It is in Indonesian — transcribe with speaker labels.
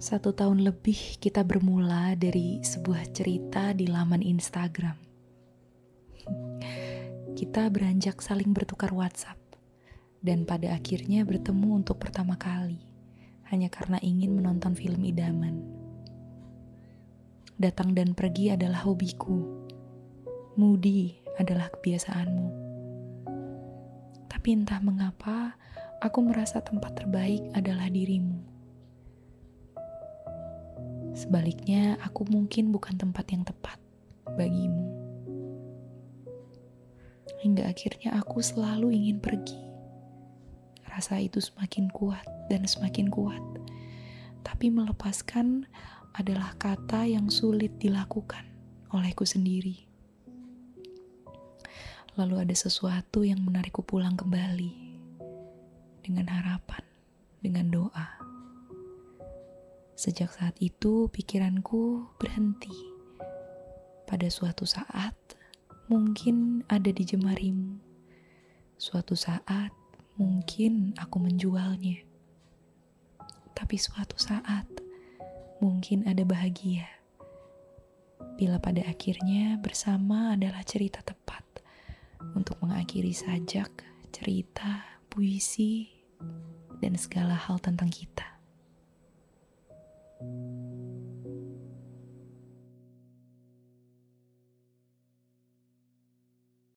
Speaker 1: 1 tahun lebih kita bermula dari sebuah cerita di laman Instagram. Kita beranjak saling bertukar WhatsApp, dan pada akhirnya bertemu untuk pertama kali, hanya karena ingin menonton film idaman. Datang dan pergi adalah hobiku, moody adalah kebiasaanmu. Tapi entah mengapa, aku merasa tempat terbaik adalah dirimu. Sebaliknya, aku mungkin bukan tempat yang tepat bagimu. Hingga akhirnya aku selalu ingin pergi. Rasa itu semakin kuat dan semakin kuat. Tapi melepaskan adalah kata yang sulit dilakukan olehku sendiri. Lalu ada sesuatu yang menarikku pulang kembali. Dengan harapan, dengan doa. Sejak saat itu pikiranku berhenti. Pada suatu saat mungkin ada di jemarimu. Suatu saat mungkin aku menjualnya. Tapi suatu saat mungkin ada bahagia. Bila pada akhirnya bersama adalah cerita tepat untuk mengakhiri sajak, cerita, puisi, dan segala hal tentang kita.